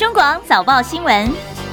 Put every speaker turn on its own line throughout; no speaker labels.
中广早报新闻。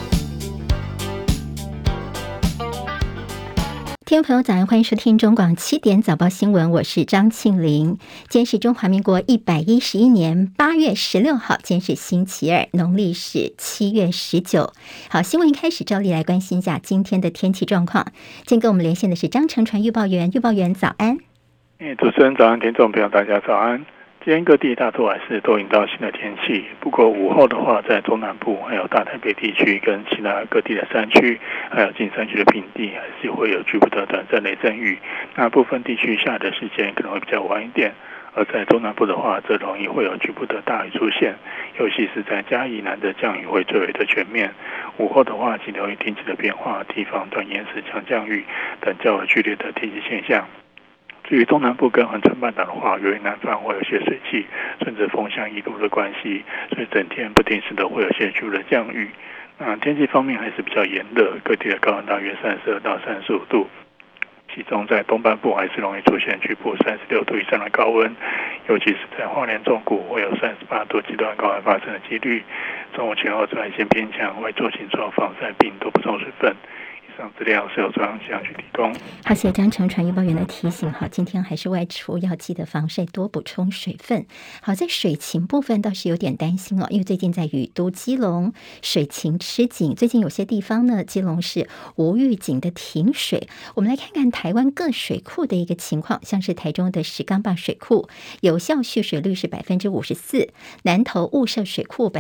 听众朋友早安，欢迎收听中广7点早报新闻，我是张庆玲。今天是中华民国111年8月16号，今天是星期二，农历是7月19。好，新闻一开始，照例来关心一下今天的天气状况。今天跟我们连线的是张成传预报员，预报员早安。
主持人早安，听众朋友大家早安。今天各地大多还是都迎到新的天气，不过午后的话，在中南部还有大台北地区跟其他各地的山区，还有近山区的平地，还是会有局部的短暂雷阵雨。那部分地区下的时间可能会比较晚一点，而在中南部的话，则容易会有局部的大雨出现，尤其是在嘉义南的降雨会最为的全面。午后的话，请留意天气的变化，提防短延时强降雨等较为剧烈的天气现象。至于东南部跟恒春半岛的话，由于南方会有些水汽，顺着风向移动的关系，所以整天不定时的会有些局部的降雨。那天气方面还是比较炎热，各地的高温大约32到35度，其中在东半部还是容易出现局部36度以上的高温，尤其是在花莲中部会有38度极端高温发生的几率。中午前后紫外线偏强，会做清楚防晒并多补充水分。以上资料是由中央气象局提供。
好，谢谢张成传预报员的提醒。好，今天还是外出要记得防晒，多补充水分。好，在水情部分倒是有点担心哦，因为最近在雨都基隆水情吃紧，最近有些地方呢，基隆是无预警的停水。我们来看看台湾各水库的一个情况，像是台中的石冈坝水库有效蓄水率是54%，南投雾社水库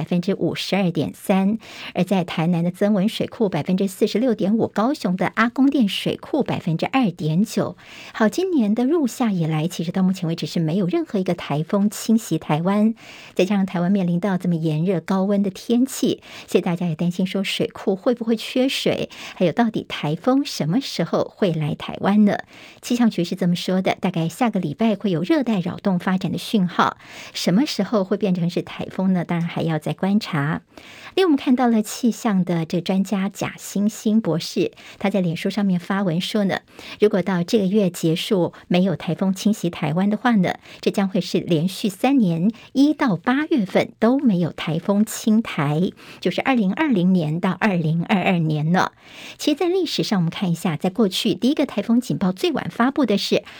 52.3%，而在台南的曾文水库46.5%，高雄的阿公店水库2.9%。好，今年的入夏以来，其实到目前为止是没有任何一个台风侵袭台湾，再加上台湾面临到这么炎热高温的天气，所以大家也担心说水库会不会缺水，还有到底台风什么时候会来台湾呢？气象局是这么说的，大概下个礼拜会有热带扰动发展的讯号，什么时候会变成是台风呢？当然还要再观察。另外我们看到了气象的这专家贾欣欣博士，他在脸书上面发文说呢，如果到这个月结束没有台风侵袭台湾的话呢，这将会是连续3年1到8月份都没有台风侵台，就是2020年到2022年了。其实在历史上我们看一下，在过去第一个台风警报最晚发布的是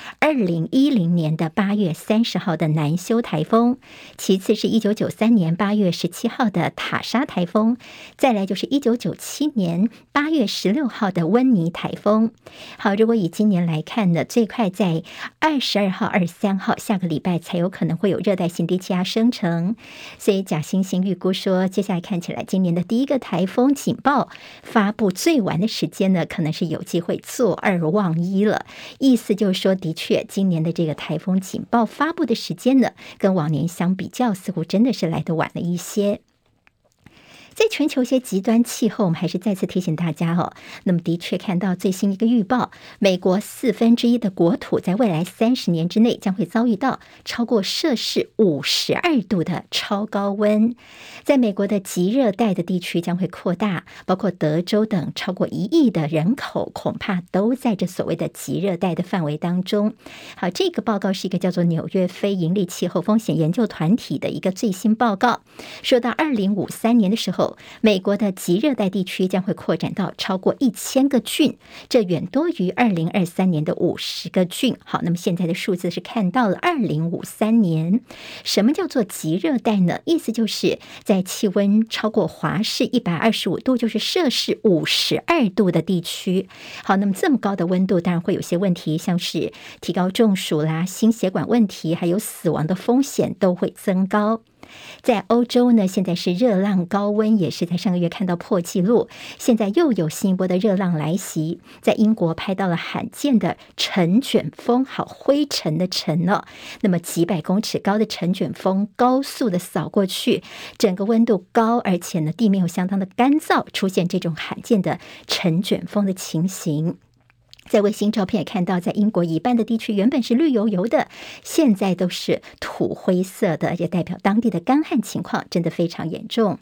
2010年的8月30号的南修台风，其次是1993年8月17号的塔莎台风，再来就是1997年8月16号的温妮台风。好，如果以今年来看呢，最快在22号、23号下个礼拜才有可能会有热带性低气压生成，所以贾欣欣预估说，接下来看起来今年的第一个台风警报发布最晚的时间呢，可能是有机会坐2望1了。意思就是说，的确今年的这个台风警报发布的时间呢，跟往年相比较，似乎真的是来得晚了一些。在全球一些极端气候，我们还是再次提醒大家哦。那么的确看到最新一个预报，美国1/4的国土在未来30年之内将会遭遇到超过摄氏52度的超高温。在美国的极热带的地区将会扩大，包括德州等超过1亿的人口，恐怕都在这所谓的极热带的范围当中。好，这个报告是一个叫做纽约非营利气候风险研究团体的一个最新报告，说到2053年的时候，美国的极热带地区将会扩展到超过1000个郡，这远多于2023年的50个郡。好，那么现在的数字是看到了2053年。什么叫做极热带呢？意思就是在气温超过华氏125度，就是摄氏52度的地区。好，那么这么高的温度，当然会有些问题，像是提高中暑啦、心血管问题，还有死亡的风险都会增高。在欧洲呢，现在是热浪高温，也是在上个月看到破纪录，现在又有新一波的热浪来袭。在英国拍到了罕见的尘卷风，好，灰尘的尘了。那么几百公尺高的尘卷风高速的扫过去，整个温度高，而且呢地面又相当的干燥，出现这种罕见的尘卷风的情形。在卫星照片也看到，在英国一半的地区原本是绿油油的，现在都是土灰色的，也代表当地的干旱情况真的非常严重。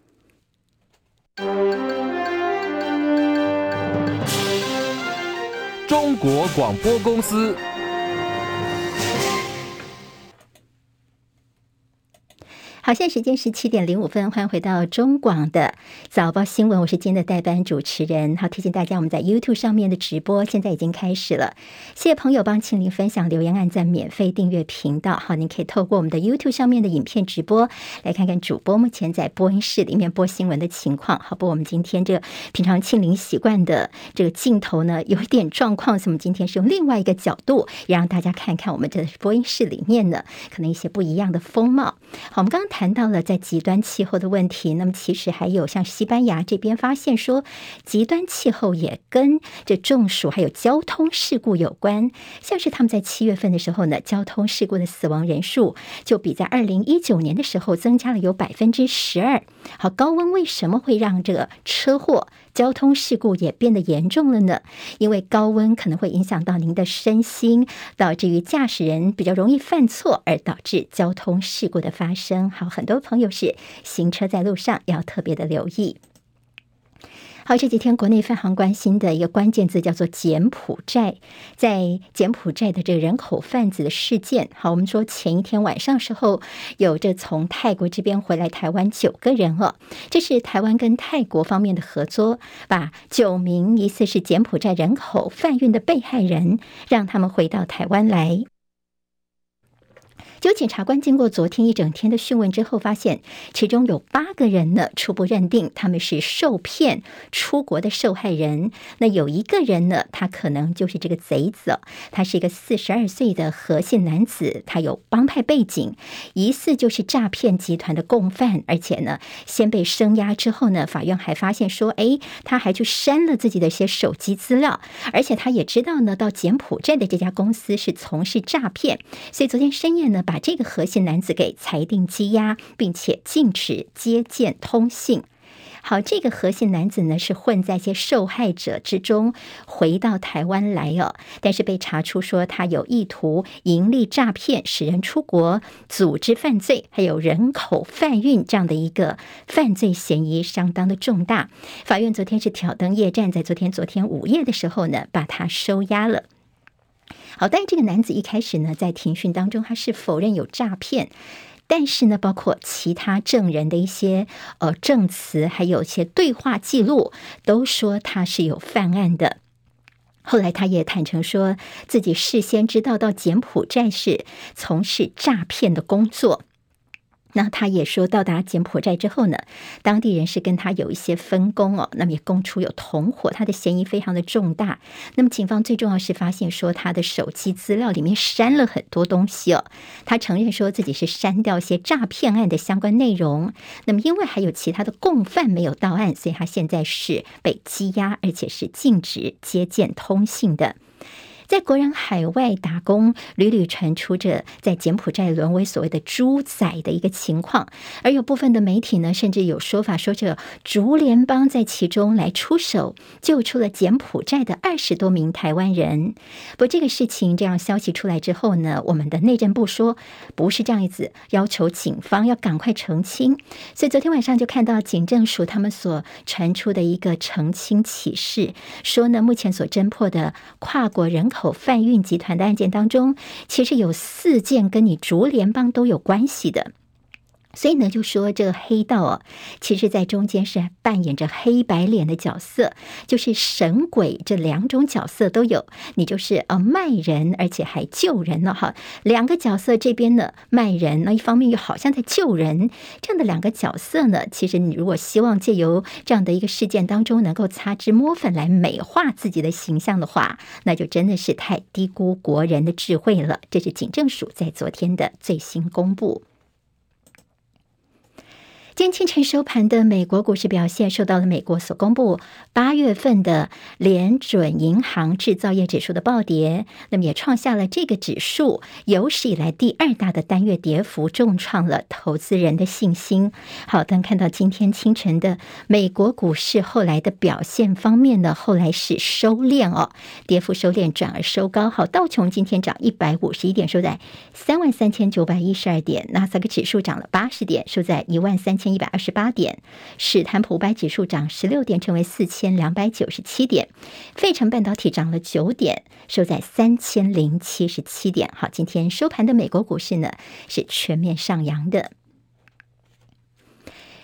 中国广播公司。
好，现在时间是7:05，欢迎回到中广的早报新闻，我是今天的代班主持人。好，提醒大家，我们在 YouTube 上面的直播现在已经开始了，谢谢朋友帮庆玲分享、留言、按赞、免费订阅频道。好，您可以透过我们的 YouTube 上面的影片直播来看看主播目前在播音室里面播新闻的情况。好，不过我们今天这个平常庆玲习惯的这个镜头呢有一点状况，所以我们今天是用另外一个角度，也让大家看看我们这播音室里面呢可能一些不一样的风貌。好，我们刚刚谈到了在极端气候的问题，那么其实还有像西班牙这边发现说，极端气候也跟这中暑还有交通事故有关。像是他们在7月份的时候呢，交通事故的死亡人数就比在2019年的时候增加了有12%。好，高温为什么会让这个车祸、交通事故也变得严重了呢？因为高温可能会影响到您的身心，导致于驾驶人比较容易犯错，而导致交通事故的发生。好，很多朋友是行车在路上要特别的留意。好，这几天国内非常关心的一个关键字叫做柬埔寨，在柬埔寨的这个人口贩子的事件。好，我们说前一天晚上时候，有着从泰国这边回来台湾9个人哦，这是台湾跟泰国方面的合作，把9名疑似是柬埔寨人口贩运的被害人，让他们回到台湾来。就检察官经过昨天一整天的讯问之后，发现其中有8个人呢，初步认定他们是受骗出国的受害人。那有1个人呢，他可能就是这个贼子，他是一个42岁的何姓男子，他有帮派背景，疑似就是诈骗集团的共犯，而且呢，先被声押之后呢，法院还发现说，他还去删了自己的一些手机资料，而且他也知道呢，到柬埔寨的这家公司是从事诈骗，所以昨天深夜呢，把这个何姓男子给裁定羁押，并且禁止接见通信。好，这个何姓男子呢是混在一些受害者之中回到台湾来哦，但是被查出说他有意图盈利诈骗、使人出国、组织犯罪，还有人口贩运这样的一个犯罪嫌疑相当的重大。法院昨天是挑灯夜战，在昨天午夜的时候呢，把他收押了。好，但是这个男子一开始呢，在庭讯当中他是否认有诈骗，但是呢，包括其他证人的一些证词，还有一些对话记录，都说他是有犯案的。后来他也坦诚说自己事先知道到柬埔寨是从事诈骗的工作。那他也说到达柬埔寨之后呢，当地人是跟他有一些分工哦，那么也供出有同伙，他的嫌疑非常的重大。那么警方最重要是发现说他的手机资料里面删了很多东西哦，他承认说自己是删掉一些诈骗案的相关内容。那么因为还有其他的共犯没有到案，所以他现在是被羁押，而且是禁止接见通信的。在国人海外打工，屡屡传出着在柬埔寨沦为所谓的猪仔的一个情况，而有部分的媒体呢，甚至有说法说着竹联邦在其中来出手，救出了柬埔寨的20多名台湾人。不过这个事情这样消息出来之后呢，我们的内政部说不是这样子，要求警方要赶快澄清。所以昨天晚上就看到警政署他们所传出的一个澄清启事，说呢，目前所侦破的跨国人口贩运集团的案件当中，其实有4件跟你竹联邦都有关系的。所以呢，就说这个黑道哦，其实在中间是扮演着黑白脸的角色，就是神鬼这2种角色都有。你就是卖人，而且还救人了哈。2个角色这边呢卖人，那一方面又好像在救人，这样的2个角色呢，其实你如果希望借由这样的一个事件当中能够擦脂抹粉来美化自己的形象的话，那就真的是太低估国人的智慧了。这是警政署在昨天的最新公布。今天清晨收盘的美国股市表现受到了美国所公布8月份的联准银行制造业指数的暴跌，那么也创下了这个指数有史以来第2大的单月跌幅，重创了投资人的信心。好，但看到今天清晨的美国股市后来的表现方面呢，后来是收敛哦，跌幅收敛转而收高。好，道琼今天涨151点，收在33,912点，纳斯达克指数涨了80点，收在13,128点，史坦普500指数涨16点，成为4,297点，费城半导体涨了9点，收在3,077点。好，今天收盘的美国股市呢是全面上扬的。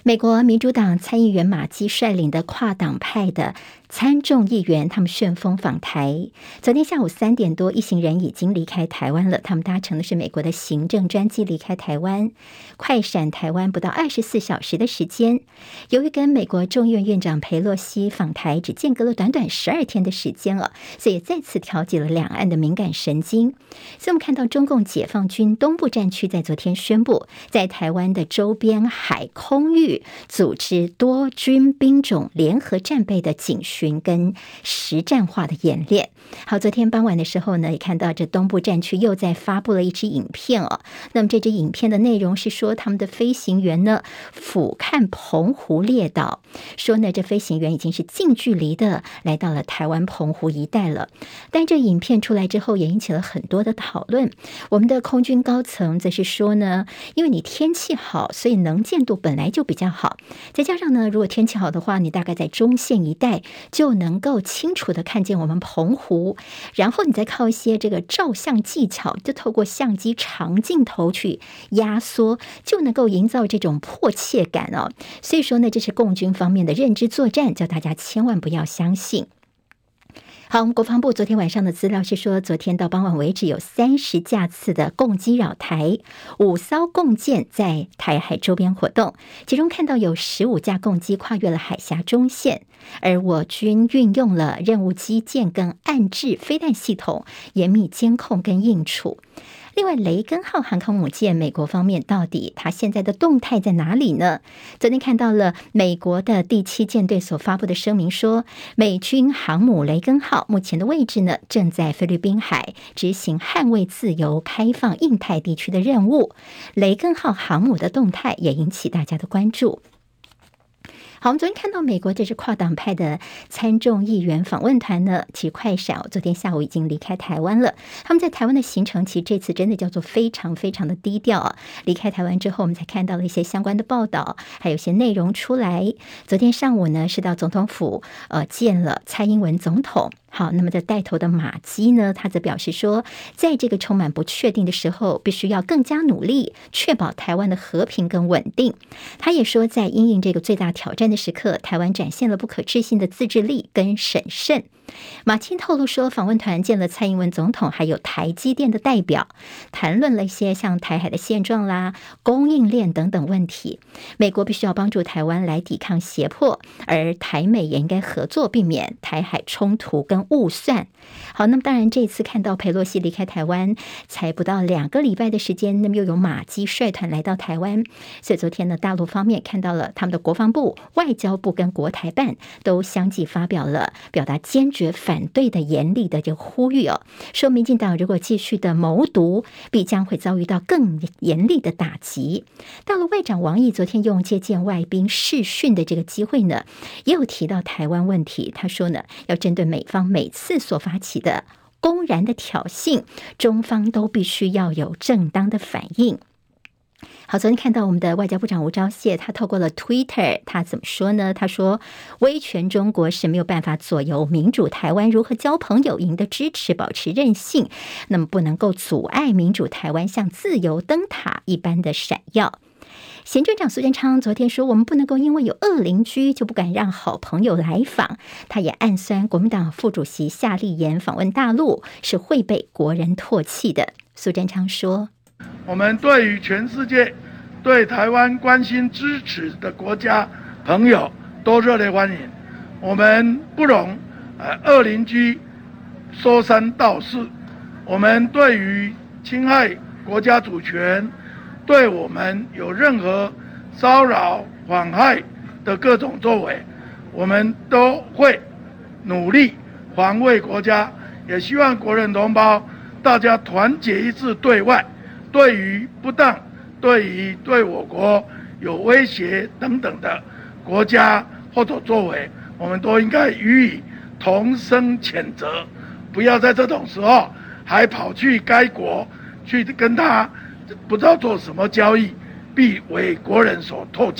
美国民主党参议员马基率领的跨党派的参众议员，他们旋风访台。昨天下午3点多，一行人已经离开台湾了。他们搭乘的是美国的行政专机离开台湾，快闪台湾不到24小时的时间。由于跟美国众议院院长裴洛西访台只间隔了短短12天的时间了，所以再次调节了两岸的敏感神经。所以我们看到中共解放军东部战区在昨天宣布，在台湾的周边海空域组织多军兵种联合战备的警巡跟实战化的演练。好，昨天傍晚的时候呢，也看到这东部战区又在发布了一支影片哦。那么这支影片的内容是说，他们的飞行员呢俯瞰澎湖列岛，说呢这飞行员已经是近距离的来到了台湾澎湖一带了。但这影片出来之后，也引起了很多的讨论。我们的空军高层则是说呢，因为你天气好，所以能见度本来就比较好，再加上呢，如果天气好的话，你大概在中线一带就能够清楚的看见我们澎湖，然后你再靠一些这个照相技巧，就透过相机长镜头去压缩，就能够营造这种迫切感哦。所以说呢，这是共军方面的认知作战，叫大家千万不要相信。好，我们国防部昨天晚上的资料是说，昨天到傍晚为止有30架次的共机扰台，5艘共舰在台海周边活动，其中看到有15架共机跨越了海峡中线，而我军运用了任务机舰跟岸置飞弹系统，严密监控跟应处。另外，雷根号航空母舰，美国方面到底它现在的动态在哪里呢？昨天看到了美国的第7舰队所发布的声明说，美军航母雷根号目前的位置呢，正在菲律宾海执行捍卫自由开放印太地区的任务。雷根号航母的动态也引起大家的关注。好，我们昨天看到美国这支跨党派的参众议员访问团呢，其实快闪昨天下午已经离开台湾了。他们在台湾的行程，其实这次真的叫做非常非常的低调啊。离开台湾之后，我们才看到了一些相关的报道，还有一些内容出来。昨天上午呢，是到总统府见了蔡英文总统。好，那么在带头的马基呢，他则表示说，在这个充满不确定的时候，必须要更加努力，确保台湾的和平跟稳定。他也说，在因应这个最大挑战的时刻，台湾展现了不可置信的自制力跟审慎。马钦透露说，访问团见了蔡英文总统，还有台积电的代表，谈论了一些像台海的现状啦、供应链等等问题。美国必须要帮助台湾来抵抗胁迫，而台美也应该合作，避免台海冲突跟误算。好，那么当然这次看到裴洛西离开台湾才不到2个礼拜的时间，那么又有马基率团来到台湾，所以昨天呢，大陆方面看到了他们的国防部、外交部跟国台办都相继发表了表达坚决反对的严厉的这个呼吁哦，说民进党如果继续的谋独，必将会遭遇到更严厉的打击。大陆外长王毅昨天用接见外宾视讯的这个机会呢，也有提到台湾问题。他说呢，要针对美方每次所发起的公然的挑衅，中方都必须要有正当的反应。好，昨天看到我们的外交部长吴钊燮，他透过了 Twitter， 他怎么说呢？他说，威权中国是没有办法左右民主台湾如何交朋友，赢得支持，保持韧性，那么不能够阻碍民主台湾像自由灯塔一般的闪耀。行政长苏贞昌昨天说，我们不能够因为有恶邻居就不敢让好朋友来访。他也暗酸国民党副主席夏立言访问大陆是会被国人唾弃的。苏贞昌说，
我们对于全世界对台湾关心支持的国家朋友都热烈欢迎。我们不容恶邻居说三道四。我们对于侵害国家主权，对我们有任何骚扰妨害的各种作为，我们都会努力防卫国家。也希望国人同胞大家团结一致对外，对于不当、对于对我国有威胁等等的国家或者作为，我们都应该予以同声谴责，不要在这种时候还跑去该国去跟他不知道做什么交易，必为国人所唾弃。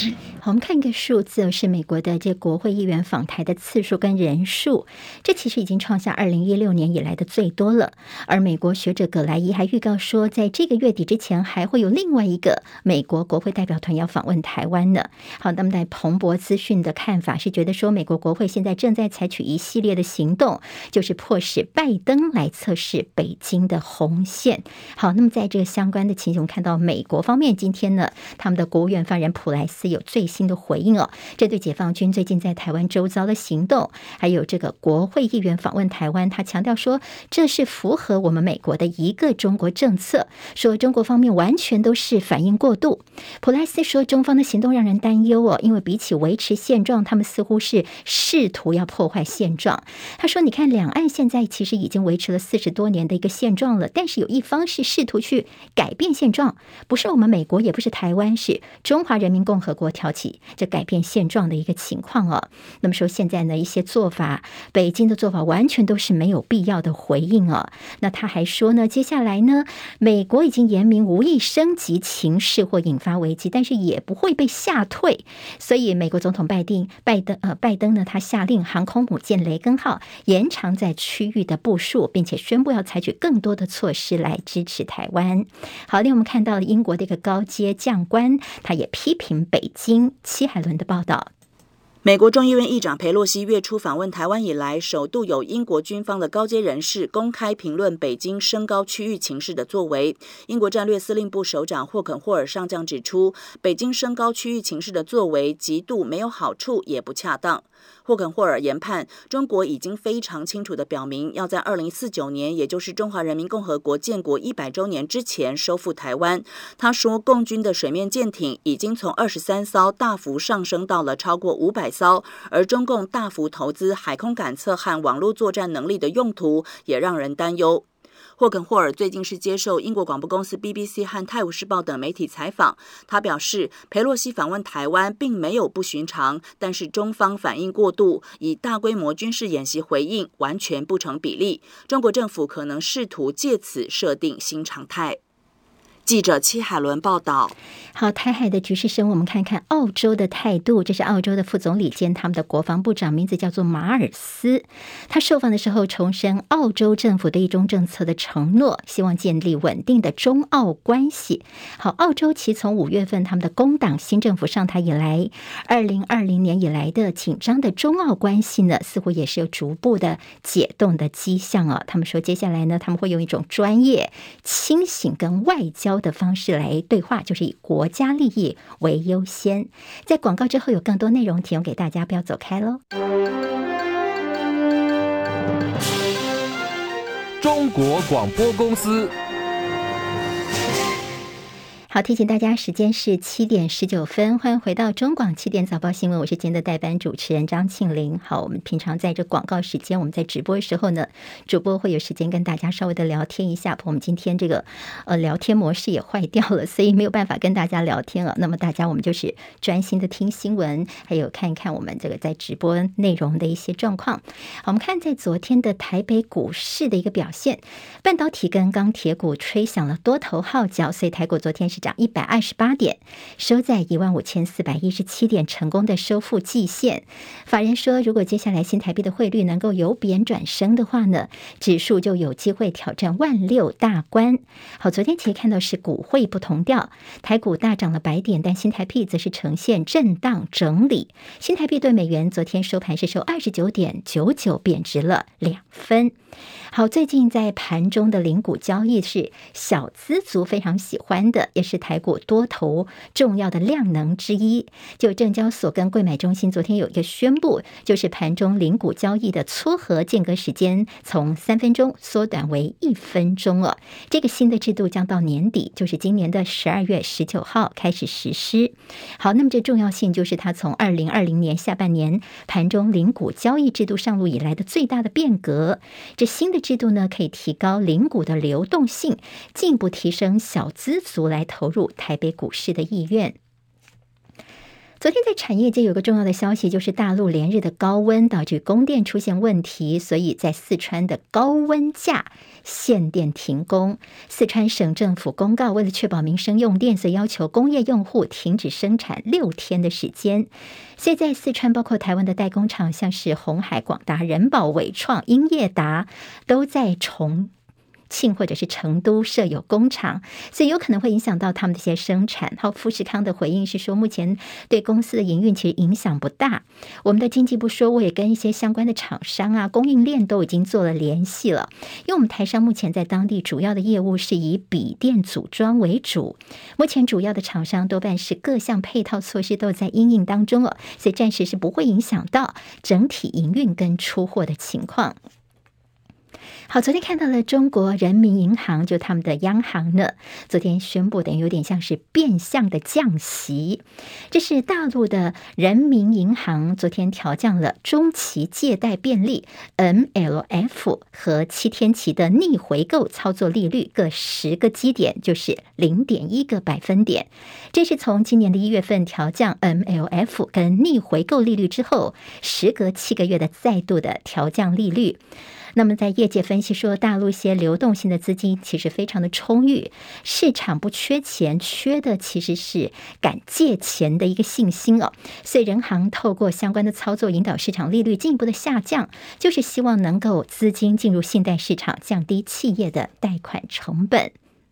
好，我们看一个数字，是美国的这国会议员访台的次数跟人数，这其实已经创下2016年以来的最多了。而美国学者葛莱伊还预告说，在这个月底之前，还会有另外一个美国国会代表团要访问台湾呢。好，那么在彭博资讯的看法是觉得说，美国国会现在正在采取一系列的行动，就是迫使拜登来测试北京的红线。好，那么在这个相关的情形，我们看到美国方面今天呢，他们的国务院发言人普莱斯有最新的回应哦，针对解放军最近在台湾周遭的行动，还有这个国会议员访问台湾，他强调说，这是符合我们美国的一个中国政策，说中国方面完全都是反应过度。普莱斯说，中方的行动让人担忧哦，因为比起维持现状，他们似乎是试图要破坏现状。他说，你看两岸现在其实已经维持了40多年的一个现状了，但是有一方是试图去改变现状，不是我们美国，也不是台湾，是中华人民共和国挑起这改变现状的一个情况哦。那么说现在呢，一些做法，北京的做法完全都是没有必要的回应哦。那他还说呢，接下来呢，美国已经言明无意升级情势或引发危机，但是也不会被吓退。所以美国总统拜登呢，他下令航空母舰雷根号延长在区域的部署，并且宣布要采取更多的措施来支持台湾。好，另外我们看到了英国的一个高阶将官，他也批评北京。戚海伦的报道。
美国众议院议长裴洛西月初访问台湾以来，首度有英国军方的高阶人士公开评论北京升高区域情势的作为。英国战略司令部首长霍肯霍尔上将指出，北京升高区域情势的作为极度没有好处，也不恰当。霍肯霍尔研判，中国已经非常清楚地表明，要在2049年，也就是中华人民共和国建国100周年之前收复台湾。他说，共军的水面舰艇已经从23艘大幅上升到了超过500艘，而中共大幅投资海空感测和网络作战能力的用途也让人担忧。霍肯霍尔最近是接受英国广播公司 BBC 和泰晤士报等媒体采访，他表示，裴洛西访问台湾并没有不寻常，但是中方反应过度，以大规模军事演习回应，完全不成比例。中国政府可能试图借此设定新常态。记者戚海伦报道。
好，台海的局势深，我们看看澳洲的态度。这是澳洲的副总理兼他们的国防部长，名字叫做马尔斯。他受访的时候重申澳洲政府对一中政策的承诺，希望建立稳定的中澳关系。好，澳洲其从5月份他们的工党新政府上台以来，2020年以来的紧张的中澳关系呢，似乎也是有逐步的解冻的迹象啊。他们说接下来呢，他们会用一种专业、清醒跟外交的方式来对话，就是以国家利益为优先。在广告之后有更多内容提供给大家，不要走开咯。
中国广播公司。
好，提醒大家，时间是7点19分，欢迎回到中广7点早报新闻，我是今天的代班主持人张庆玲。好，我们平常在这广告时间，我们在直播的时候呢，主播会有时间跟大家稍微的聊天一下。我们今天这个聊天模式也坏掉了，所以没有办法跟大家聊天了。那么大家我们就是专心的听新闻，还有看一看我们这个在直播内容的一些状况。好，我们看在昨天的台北股市的一个表现，半导体跟钢铁股吹响了多头号角，所以台股昨天是涨128点，收在15417点，成功的收复季线。法人说，如果接下来新台币的汇率能够由贬转升的话呢，指数就有机会挑战16000大关。好，昨天其实看到是股汇不同调，台股大涨了100点，但新台币则是呈现震荡整理。新台币对美元昨天收盘是收29.99，贬值了2分。好，最近在盘中的零股交易是小资族非常喜欢的，也是台股多头重要的量能之一。就证交所跟柜买中心昨天有一个宣布，就是盘中零股交易的撮合间隔时间从3分钟缩短为1分钟了。这个新的制度将到年底，就是今年的12月19号开始实施。好，那么这重要性就是它从2020年下半年盘中零股交易制度上路以来的最大的变革。这新的制度呢，可以提高零股的流动性，进一步提升小资族来投入台北股市的意愿。昨昨天在产业界有个重要的消息，就是大陆连日的高温导致供电出现问题，所以在四川的高温假限电停工。四川省政府公告，为了确保民生用电，所以要求工业用户停止生产6天的时间。所以在四川，包括台湾的代工厂，像是鸿海、广达、人保、伟创、英业达，都在重庆或者是成都设有工厂，所以有可能会影响到他们的一些生产。好，富士康的回应是说，目前对公司的营运其实影响不大。我们的经济部说，我也跟一些相关的厂商啊、供应链都已经做了联系了，因为我们台商目前在当地主要的业务是以笔电组装为主，目前主要的厂商多半是各项配套措施都在因应当中了，所以暂时是不会影响到整体营运跟出货的情况。好，昨天看到了中国人民银行，就他们的央行呢，昨天宣布的有点像是变相的降息。这是大陆的人民银行昨天调降了中期借贷便利 MLF 和7天期的逆回购操作利率各10个基点，就是 0.1个百分点。这是从今年的1月份调降 MLF 跟逆回购利率之后，时隔7个月的再度的调降利率。那么在业界分析说，大陆一些流动性的资金其实非常的充裕，市场不缺钱，缺的其实是敢借钱的一个信心哦。所以人行透过相关的操作引导市场利率进一步的下降，就是希望能够资金进入信贷市场，降低企业的贷款成本。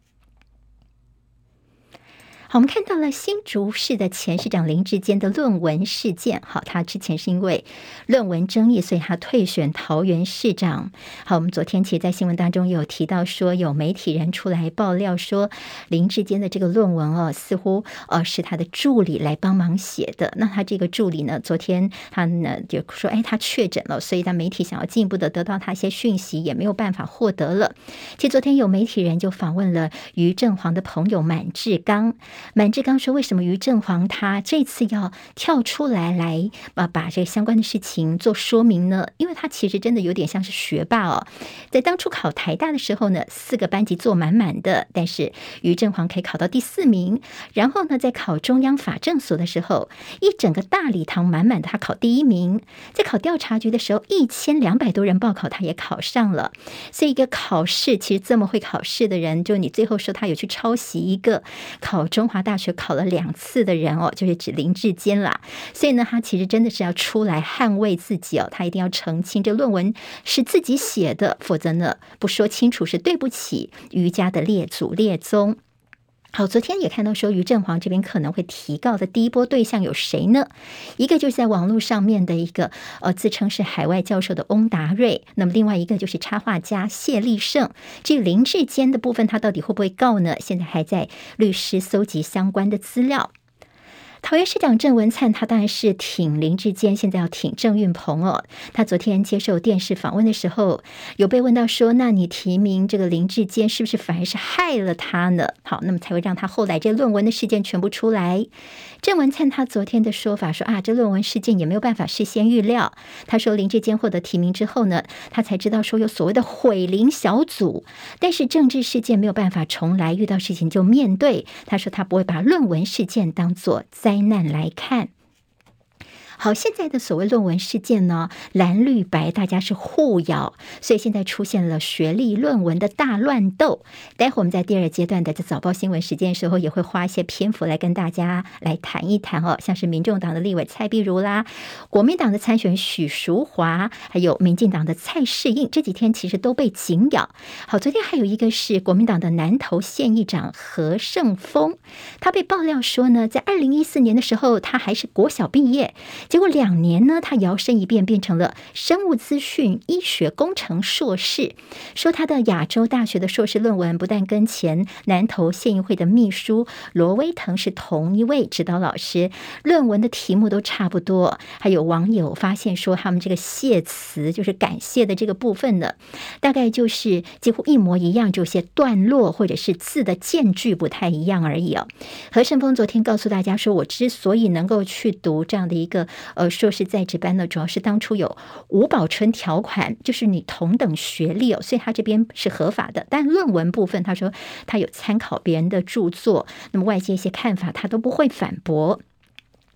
我们看到了新竹市的前市长林智坚的论文事件。好，他之前是因为论文争议，所以他退选桃园市长。好，我们昨天其实在新闻当中有提到说，有媒体人出来爆料说，林智坚的这个论文似乎是他的助理来帮忙写的。那他这个助理呢，昨天他呢就说，他确诊了，所以他媒体想要进一步的得到他一些讯息，也没有办法获得了。其实昨天有媒体人就访问了于正煌的朋友满志刚。满志刚说，为什么于正煌他这次要跳出来把这个相关的事情做说明呢？因为他其实真的有点像是学霸哦，在当初考台大的时候呢，4个班级坐满满的，但是于正煌可以考到第4名。然后呢，在考中央法政所的时候，一整个大礼堂满满的，他考第1名。在考调查局的时候，1200多人报考，他也考上了。所以一个考试其实这么会考试的人，就你最后说他有去抄袭一个考中华大学考了2次的人就是指林智坚啦。所以呢，他其实真的是要出来捍卫自己他一定要澄清这论文是自己写的，否则呢不说清楚是对不起于家的列祖列宗。好，昨天也看到说，于正煌这边可能会提告的第一波对象有谁呢？一个就是在网络上面的一个自称是海外教授的翁达瑞，那么另外一个就是插画家谢立胜。至于林智坚的部分，他到底会不会告呢？现在还在律师搜集相关的资料。桃园市长郑文灿他当然是挺林智坚，现在要挺郑运鹏他昨天接受电视访问的时候，有被问到说，那你提名这个林智坚是不是反而是害了他呢？好，那么才会让他后来这论文的事件全部出来。郑文灿他昨天的说法说这论文事件也没有办法事先预料。他说林智坚获得提名之后呢，他才知道说有所谓的毁林小组，但是政治事件没有办法重来，遇到事情就面对。他说他不会把论文事件当作灾难来看。好，现在的所谓论文事件呢，蓝绿白大家是互咬，所以现在出现了学历论文的大乱斗。待会我们在第2阶段的早报新闻时间的时候，也会花一些篇幅来跟大家来谈一谈像是民众党的立委蔡壁如啦，国民党的参选许淑华，还有民进党的蔡适应，这几天其实都被紧咬。好，昨天还有一个是国民党的南投县议长何胜峰，他被爆料说呢，在2014年的时候，他还是国小毕业。结果2年呢，他摇身一变变成了生物资讯医学工程硕士。说他的亚洲大学的硕士论文不但跟前南投县议会的秘书罗威腾是同一位指导老师，论文的题目都差不多。还有网友发现说，他们这个谢词就是感谢的这个部分呢，大概就是几乎一模一样，就有些段落或者是字的间距不太一样而已何胜峰昨天告诉大家说，我之所以能够去读这样的一个硕士在职班呢，主要是当初有吴保春条款，就是你同等学历所以他这边是合法的。但论文部分，他说他有参考别人的著作，那么外界一些看法他都不会反驳。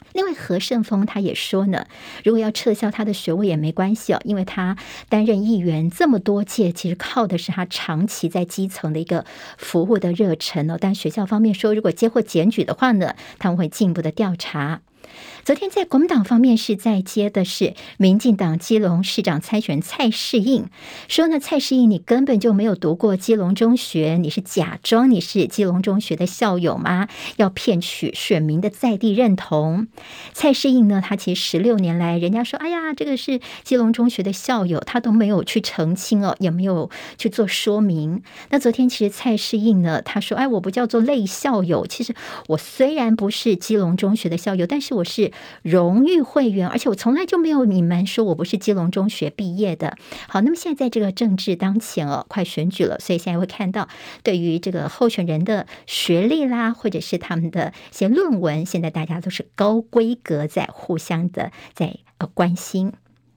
另外何胜峰他也说呢，如果要撤销他的学位也没关系因为他担任议员这么多届，其实靠的是他长期在基层的一个服务的热忱但学校方面说，如果接获检举的话呢，他们会进一步的调查。昨天在国民党方面是在接的是民进党基隆市长参选蔡适应，说呢蔡适应你根本就没有读过基隆中学，你是假装你是基隆中学的校友吗？要骗取选民的在地认同。蔡适应呢，他其实16年来人家说哎呀这个是基隆中学的校友，他都没有去澄清也没有去做说明。那昨天其实蔡适应呢，他说我不叫做类校友，其实我虽然不是基隆中学的校友，但是我是荣誉会员，而且我从来就没有隐瞒说我不是基隆中学毕业的。好，那么现在在这个政治当前快选举了，所以现在会看到对于这个候选人的学历啦，或者是他们的一些论文，现在大家都是高规格在互相的在关心。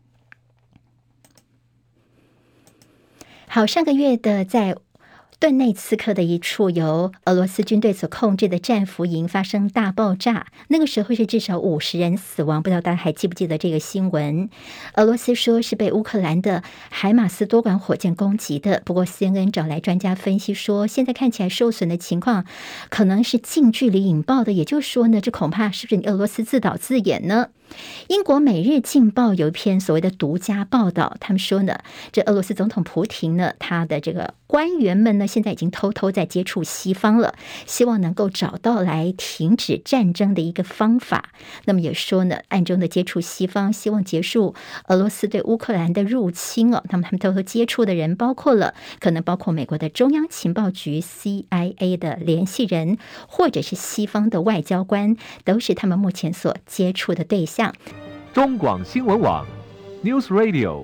好，上个月的在顿内茨克的一处由俄罗斯军队所控制的战俘营发生大爆炸，那个时候是至少50人死亡，不知道大家还记不记得这个新闻。俄罗斯说是被乌克兰的海马斯多管火箭攻击的，不过 CNN 找来专家分析说，现在看起来受损的情况可能是近距离引爆的，也就是说呢，这恐怕是不是俄罗斯自导自演呢？英国《每日镜报》有一篇所谓的独家报道，他们说呢，这俄罗斯总统普亭呢，他的这个官员们呢，现在已经偷偷在接触西方了，希望能够找到来停止战争的一个方法。那么也说呢，暗中的接触西方，希望结束俄罗斯对乌克兰的入侵他们偷偷接触的人可能包括美国的中央情报局 CIA 的联系人，或者是西方的外交官，都是他们目前所接触的对象。
中广新闻网 News Radio。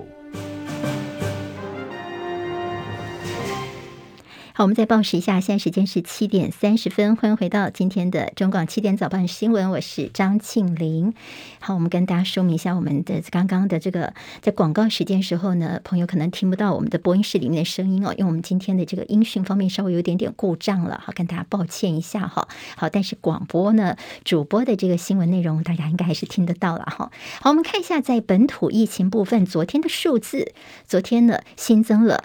好，我们再报时一下，现在时间是7点30分，欢迎回到今天的中广7点早报新闻，我是张庆玲。好，我们跟大家说明一下我们的刚刚的这个在广告时间时候呢，朋友可能听不到我们的播音室里面的声音因为我们今天的这个音讯方面稍微有点故障了，好，跟大家抱歉一下好，但是广播呢，主播的这个新闻内容大家应该还是听得到了好，我们看一下在本土疫情部分昨天的数字，昨天呢新增了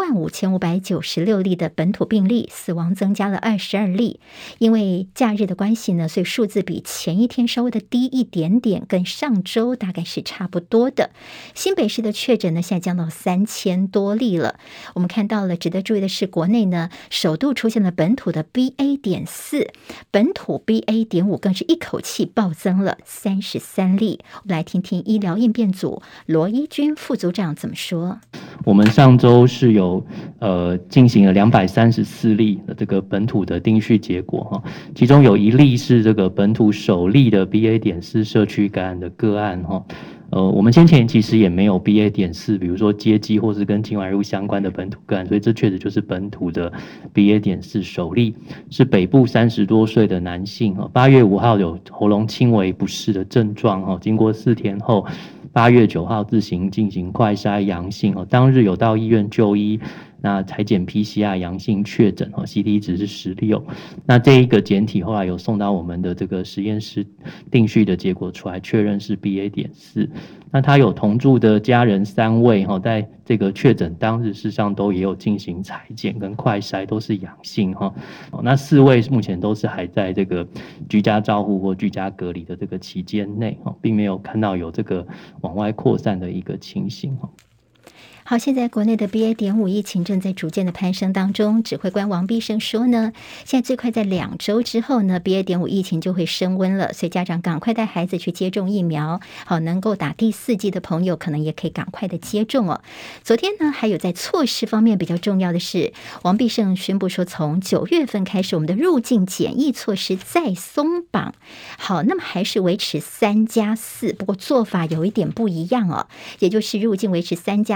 15596例的本土病例，死亡增加了22例。因为假日的关系呢，所以数字比前一天稍微的低一点点，跟上周大概是差不多的。新北市的确诊呢，现在降到3000多例了。我们看到了，值得注意的是，国内呢首度出现了本土的 BA.4， 本土 BA.5 更是一口气暴增了33例。我们来听听医疗应变组罗一军副组长怎么说。
我们上周是有进行了234例的这个本土的定序结果其中有1例是这个本土首例的 BA.4 社区感染的个案我们先前其实也没有 BA.4 比如说接机或是跟境外入相关的本土个案，所以这确实就是本土的 BA.4 首例，是北部30多岁的男性8月5号有喉咙轻微不适的症状经过4天后8月9号自行进行快筛阳性当日有到医院就医，那采检 PCR 阳性确诊CT 值是16，那这一个检体后来有送到我们的这个实验室定序的结果出来，确认是 BA.4。那他有同住的家人3位在这个确诊当日事实上都也有进行采检跟快筛，都是阳性那4位目前都是还在这个居家照护或居家隔离的这个期间内并没有看到有这个往外扩散的一个情形
好，现在国内的 BA.5 疫情正在逐渐的攀升当中。指挥官王必胜说呢，现在最快在2周之后呢 BA.5 疫情就会升温了，所以家长赶快带孩子去接种疫苗。好，能够打第4剂的朋友可能也可以赶快的接种昨天呢，还有在措施方面比较重要的是，王必胜宣布说，从9月份开始，我们的入境检疫措施再松绑。好，那么还是维持3+4，不过做法有一点不一样也就是入境维持3+4。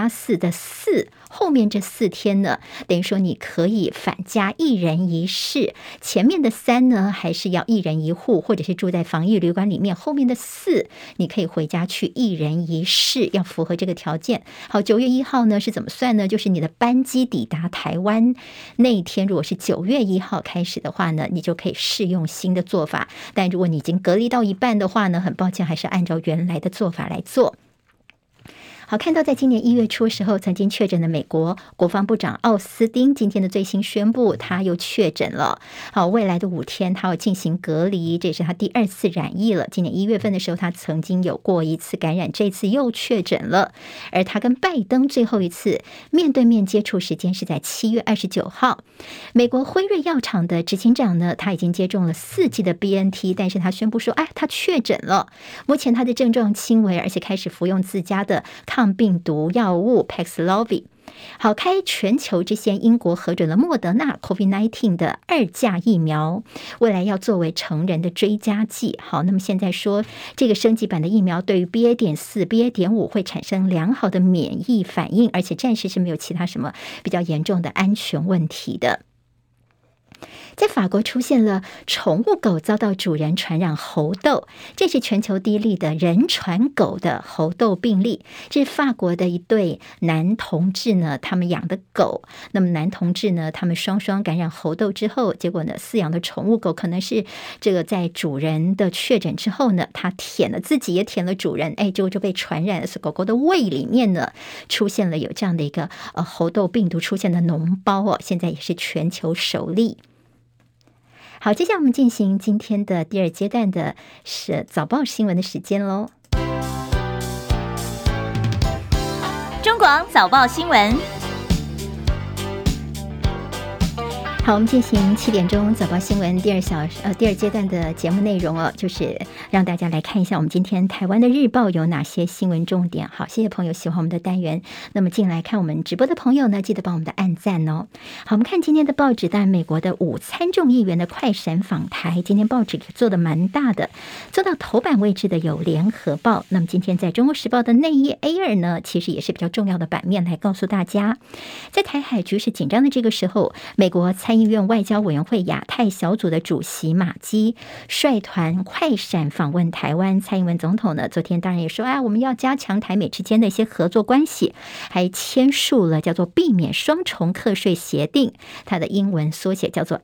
的4后面这4天呢，等于说你可以返家1人1室，前面的3呢还是要1人1户，或者是住在防疫旅馆里面，后面的4你可以回家去1人1室，要符合这个条件。好，9月1号呢是怎么算呢？就是你的班机抵达台湾那一天，如果是9月1号开始的话呢，你就可以适用新的做法，但如果你已经隔离到一半的话呢，很抱歉，还是按照原来的做法来做。好，看到在今年1月初的时候曾经确诊的美国国防部长奥斯汀今天的最新宣布，他又确诊了。好，未来的5天他要进行隔离，这也是他第2次染疫了。今年1月份的时候他曾经有过1次感染，这次又确诊了。而他跟拜登最后一次面对面接触时间是在7月29号。美国辉瑞药厂的执行长呢，他已经接种了4剂的 BNT， 但是他宣布说，他确诊了。目前他的症状轻微，而且开始服用自家的抗病毒药物 Paxlovid。 好，开全球之先，英国核准了莫德纳 COVID-19 的2价疫苗，未来要作为成人的追加剂。好，那么现在说这个升级版的疫苗对于 BA.4、BA.5 会产生良好的免疫反应，而且暂时是没有其他什么比较严重的安全问题的。在法国出现了宠物狗遭到主人传染猴痘，这是全球第一例的人传狗的猴痘病例。这是法国的一对男同志呢，他们养的狗，那么男同志呢，他们双双感染猴痘之后，结果呢，饲养的宠物狗可能是这个在主人的确诊之后呢，他舔了自己也舔了主人，结果就被传染了。是狗狗的胃里面呢出现了有这样的一个猴痘病毒出现的脓包现在也是全球首例。好，接下来我们进行今天的第2阶段的是早报新闻的时间咯。
中广早报新闻。
好，我们进行7点钟早报新闻第2阶段的节目内容就是让大家来看一下我们今天台湾的日报有哪些新闻重点。好，谢谢朋友喜欢我们的单元。那么进来看我们直播的朋友呢，记得帮我们的按赞哦。好，我们看今天的报纸，当然美国的5参众议员的快闪访台，今天报纸做的蛮大的，做到头版位置的有联合报。那么今天在中国时报的内页 A2 呢，其实也是比较重要的版面来告诉大家，在台海局势紧张的这个时候，美国参议院外交委员会亚太小组的主席马基率团快闪访问台湾。蔡英文总统呢，昨天当然也说我们要加强台美之间的一些合作关系，还签署了叫做避免双重课税协定，它的英文缩写叫做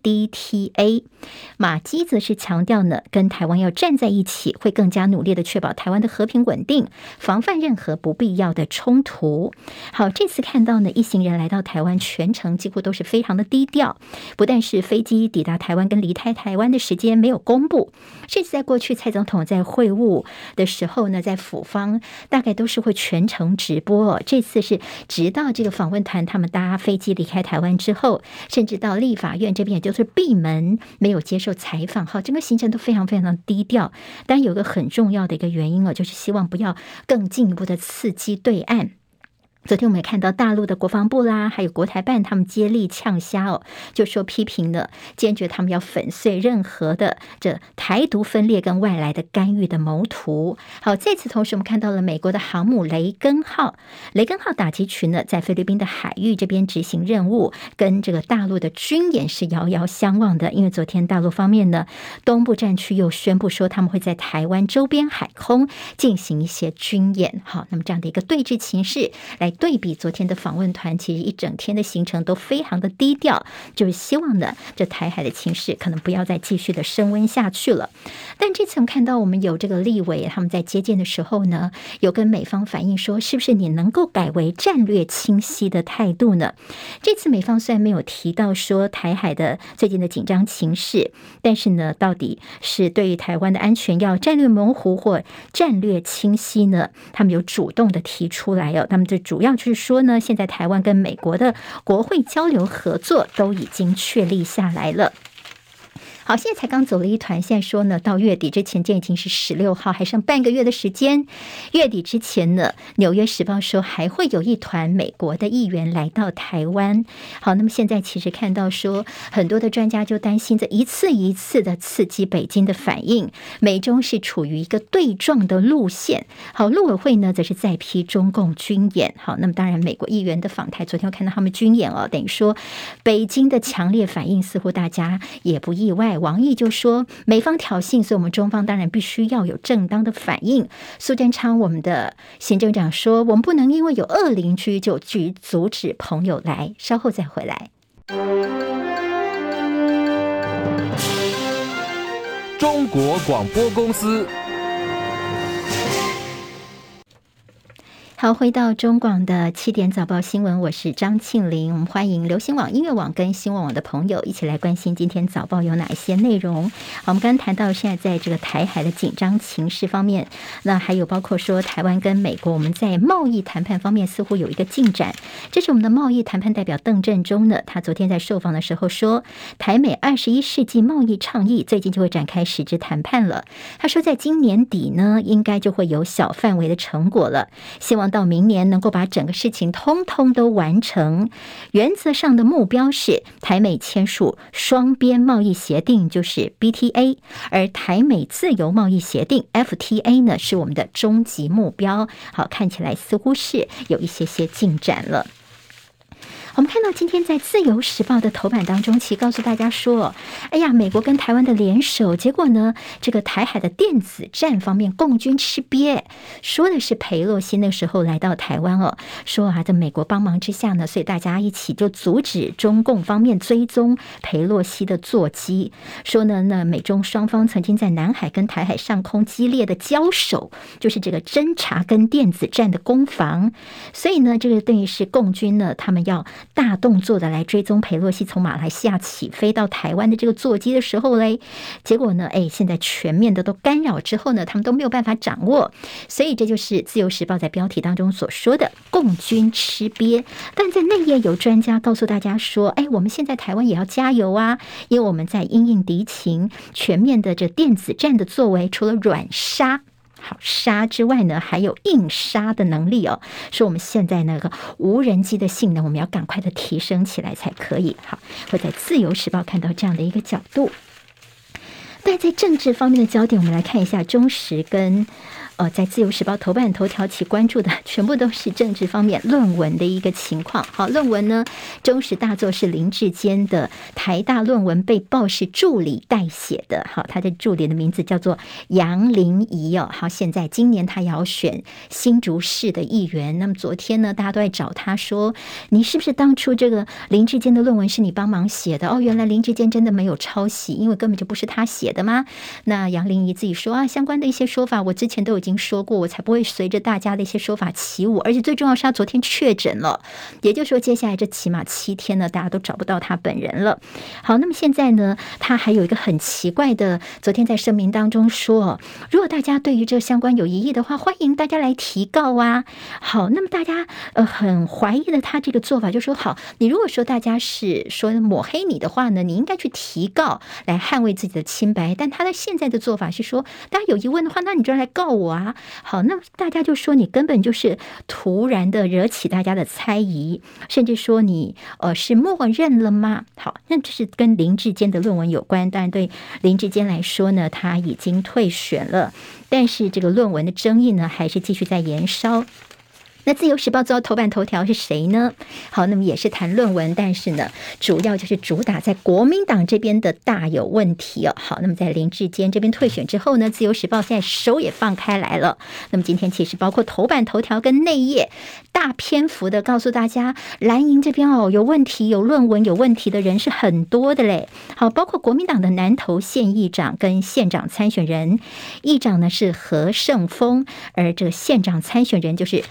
ADTA。 马基则是强调呢，跟台湾要站在一起，会更加努力的确保台湾的和平稳定，防范任何不必要的冲突。好，这次看到呢，一行人来到台湾，全程几乎都是非常的低调，不但是飞机抵达台湾跟离开台湾的时间没有公布，甚至在过去蔡总统在会晤的时候呢，在府方大概都是会全程直播这次是直到这个访问团他们搭飞机离开台湾之后，甚至到立法院这边也就是闭门没有接受采访。好，整个行程都非常非常低调。当然有个很重要的一个原因就是希望不要更进一步的刺激对岸。昨天我们也看到大陆的国防部啦，还有国台办他们接力呛虾就说批评了，坚决他们要粉碎任何的这台独分裂跟外来的干预的谋图。好，这次同时我们看到了美国的航母雷根号打击群呢，在菲律宾的海域这边执行任务，跟这个大陆的军演是遥遥相望的。因为昨天大陆方面呢，东部战区又宣布说他们会在台湾周边海空进行一些军演。好，那么这样的一个对峙情势来对比昨天的访问团，其实一整天的行程都非常的低调，就是希望呢，这台海的情势可能不要再继续的升温下去了。但这次我们看到我们有这个立委他们在接见的时候呢，有跟美方反映说，是不是你能够改为战略清晰的态度呢？这次美方虽然没有提到说台海的最近的紧张情势，但是呢，到底是对于台湾的安全要战略模糊或战略清晰呢？他们有主动的提出来他们最主要就是说呢，现在台湾跟美国的国会交流合作都已经确立下来了。 好，现在才刚走了一团，现在说呢，到月底之前，这已经是16号，还剩半个月的时间。月底之前呢，纽约时报说还会有一团美国的议员来到台湾。好，那么现在其实看到说，很多的专家就担心这一次一次的刺激北京的反应，美中是处于一个对撞的路线。好，陆委会呢则是再批中共军演。好，那么当然美国议员的访台，昨天我看到他们军演等于说北京的强烈反应似乎大家也不意外。王毅就说美方挑衅，所以我们中方当然必须要有正当的反应。苏贞昌我们的行政长说，我们不能因为有恶邻居就去阻止朋友来。稍后再回来。
中国广播公司。
好，回到中广的7点早报新闻，我是张庆玲。我们欢迎流行网、音乐网跟新闻网的朋友一起来关心今天早报有哪一些内容。好，我们刚刚谈到现在在这个台海的紧张情势方面，那还有包括说台湾跟美国我们在贸易谈判方面似乎有一个进展。这是我们的贸易谈判代表邓振中呢，他昨天在受访的时候说，台美21世纪贸易倡议最近就会展开实质谈判了。他说在今年底呢，应该就会有小范围的成果了，希望到明年能够把整个事情通通都完成。原则上的目标是台美签署双边贸易协定，就是 BTA， 而台美自由贸易协定 FTA 呢是我们的终极目标。好，看起来似乎是有一些进展了。我们看到今天在自由时报的头版当中，其实告诉大家说，哎呀，美国跟台湾的联手，结果呢，这个台海的电子战方面共军吃瘪，说的是裴洛西那时候来到台湾说在美国帮忙之下呢，所以大家一起就阻止中共方面追踪裴洛西的座机，说呢，那美中双方曾经在南海跟台海上空激烈的交手，就是这个侦察跟电子战的攻防，所以呢，这个等于是共军呢，他们要大动作的来追踪裴洛西从马来西亚起飞到台湾的这个座机的时候嘞，结果呢，现在全面的都干扰之后呢，他们都没有办法掌握，所以这就是自由时报在标题当中所说的共军吃瘪。但在内页有专家告诉大家说，我们现在台湾也要加油啊，因为我们在因应敌情全面的这电子战的作为，除了软杀好杀之外呢，还有硬杀的能力说我们现在那个无人机的性能，我们要赶快的提升起来才可以。好，会在自由时报看到这样的一个角度。但在政治方面的焦点，我们来看一下中时跟在自由时报头版头条其关注的全部都是政治方面论文的一个情况。好，论文呢，中时大作是林志坚的台大论文被曝是助理代写的。好，他的助理的名字叫做杨玲仪好，现在今年他也要选新竹市的议员。那么昨天呢，大家都在找他说，你是不是当初这个林志坚的论文是你帮忙写的？原来林志坚真的没有抄袭，因为根本就不是他写的吗？那杨玲仪自己说相关的一些说法我之前都已经说过，我才不会随着大家的一些说法起舞。而且最重要是他昨天确诊了，也就是说接下来这起码7天呢，大家都找不到他本人了。好，那么现在呢，他还有一个很奇怪的，昨天在声明当中说，如果大家对于这相关有疑义的话，欢迎大家来提告啊。好，那么大家很怀疑的他这个做法，就说好，你如果说大家是说抹黑你的话呢，你应该去提告来捍卫自己的清白。但他的现在的做法是说，大家有疑问的话，那你就来告我啊。好，那大家就说你根本就是突然的惹起大家的猜疑，甚至说你是默认了吗？好，那这是跟林志坚的论文有关。当然对林志坚来说呢，他已经退选了，但是这个论文的争议呢，还是继续在延烧。那自由时报做头版头条是谁呢？好，那么也是谈论文，但是呢，主要就是主打在国民党这边的大有问题好，那么在林志坚这边退选之后呢，自由时报现在手也放开来了。那么今天其实包括头版头条跟内页大篇幅的告诉大家，蓝营这边有问题，有论文有问题的人是很多的嘞。好，包括国民党的南投县议长跟县长参选人，议长呢是何胜峰，而这个县长参选人就是省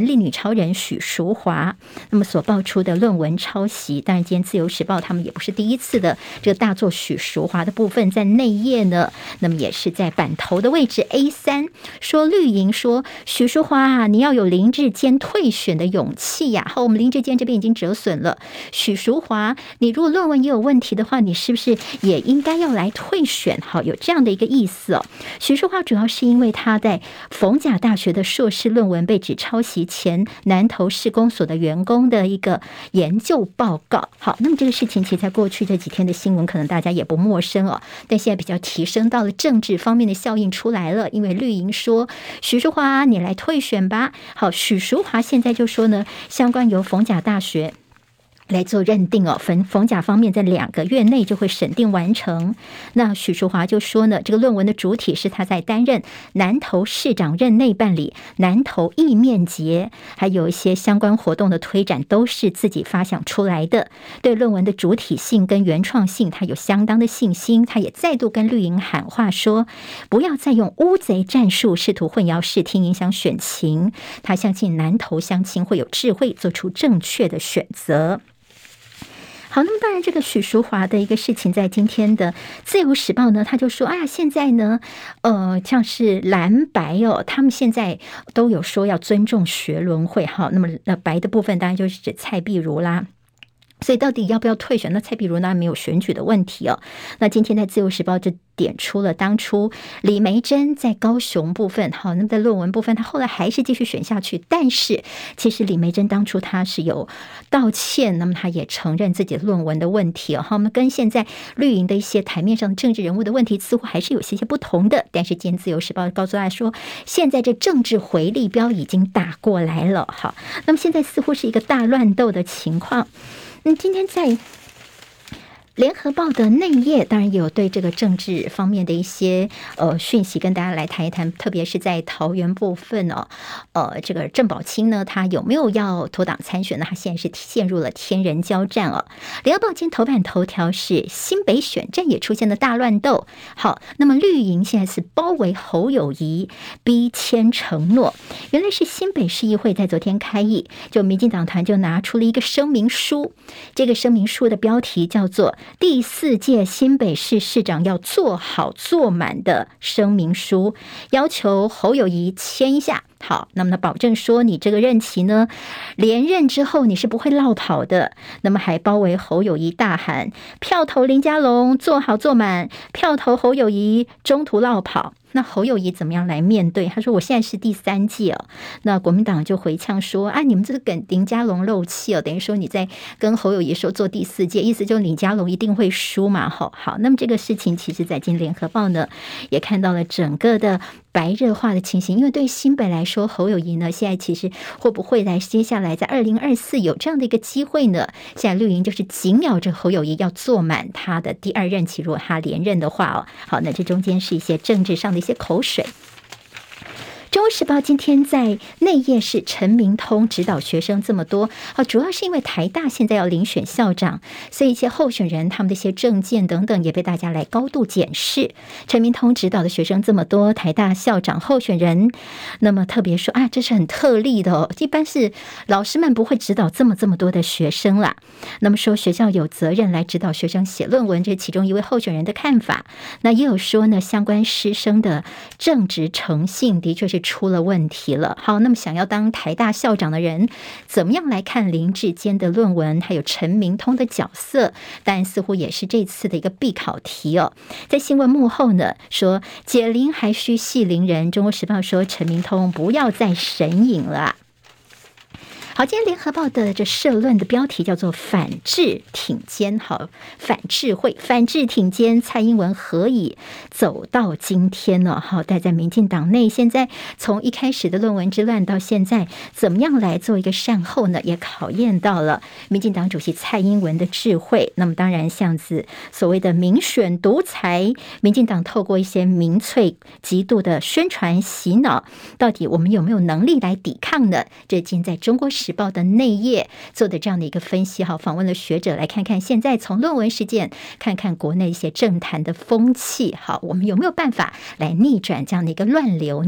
力女超人许淑华，那么所爆出的论文抄袭，当然今天自由时报他们也不是第一次的这个大作许淑华的部分在内页呢，那么也是在版头的位置 A3 说绿营说许淑华啊，你要有林志坚退选的勇气呀。好，我们林志坚这边已经折损了，许淑华你如果论文也有问题的话，你是不是也应该要来退选？好，有这样的一个意思哦。许淑华主要是因为他在逢甲大学的硕士论文被指抄袭前南投市公所的员工的一个研究报告。好，那么这个事情其实在过去这几天的新闻可能大家也不陌生哦，但现在比较提升到了政治方面的效应出来了，因为绿营说许淑华你来退选吧。好，许淑华现在就说呢，相关由逢甲大学来做认定哦，逢甲方面在2个月内就会审定完成。那许淑华就说呢，这个论文的主体是他在担任南投市长任内办理南投义面节，还有一些相关活动的推展都是自己发想出来的，对论文的主体性跟原创性他有相当的信心。他也再度跟绿营喊话说，不要再用乌贼战术试图混淆视听影响选情，他相信南投乡亲会有智慧做出正确的选择。好，那么当然这个许淑华的一个事情在今天的自由时报呢，他就说现在呢像是蓝白哦，他们现在都有说要尊重学伦会。好，那么白的部分当然就是指蔡壁如啦，所以到底要不要退选？那蔡壁如那没有选举的问题哦。那今天在自由时报就点出了当初李眉蓁在高雄部分，好，那么在论文部分他后来还是继续选下去，但是其实李眉蓁当初他是有道歉，那么他也承认自己的论文的问题哦。好，我们跟现在绿营的一些台面上的政治人物的问题似乎还是有些不同的，但是今天自由时报告诉大家说，现在这政治回力标已经打过来了。好，那么现在似乎是一个大乱斗的情况。今天在联合报的内页当然也有对这个政治方面的一些讯息跟大家来谈一谈，特别是在桃园部分哦，这个郑宝清呢，他有没有要脱党参选呢？他现在是陷入了天人交战哦。联合报今天头版头条是新北选战也出现了大乱斗。好，那么绿营现在是包围侯友宜，逼签承诺。原来是新北市议会在昨天开议，就民进党团就拿出了一个声明书，这个声明书的标题叫做第4届新北市市长要做好做满的声明书，要求侯友宜签一下。好，那么保证说你这个任期呢，连任之后你是不会落跑的。那么还包围侯友宜，大喊票投林佳龙，做好做满；票投侯友宜，中途落跑。那侯友宜怎么样来面对？他说我现在是第3届哦。那国民党就回呛说你们这个跟林佳龙漏气哦，等于说你在跟侯友宜说做第4届，意思就是林佳龙一定会输嘛。好，那么这个事情其实在今天联合报呢也看到了整个的白热化的情形，因为对新北来说，侯友宜呢现在其实会不会来接下来在2024有这样的一个机会呢？现在绿营就是紧咬着侯友宜要做满他的第2任期，如果他连任的话哦。好，那这中间是一些政治上的一些口水。中国时报今天在内页是陈明通指导学生这么多，主要是因为台大现在要遴选校长，所以一些候选人他们的一些政见等等也被大家来高度检视。陈明通指导的学生这么多，台大校长候选人，那么特别说这是很特例的哦，一般是老师们不会指导这么多的学生啦。那么说学校有责任来指导学生写论文，这是其中一位候选人的看法。那也有说呢，相关师生的正直诚信的确是出了问题了。好，那么想要当台大校长的人怎么样来看林志坚的论文还有陈明通的角色，但似乎也是这次的一个必考题哦。在新闻幕后呢说解铃还须系铃人，中国时报说陈明通不要再神隐了。好，今天联合报的这社论的标题叫做反智挺坚。好，反智会反智挺坚，蔡英文何以走到今天呢？好，但在民进党内现在从一开始的论文之乱到现在怎么样来做一个善后呢？也考验到了民进党主席蔡英文的智慧。那么当然像是所谓的民选独裁，民进党透过一些民粹极度的宣传洗脑，到底我们有没有能力来抵抗呢？这今天在中国时报的内页做的这样的一个分析，好，访问了学者来看看现在从论文事件看看国内一些政坛的风气，好，我们有没有办法来逆转这样的一个乱流呢？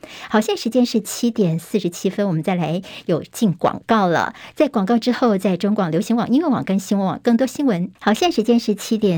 好，现在时间是7:47，我们再来有进广告了。在广告之后，在中广流行网、音乐网跟新闻网更多新闻。好，现在时间是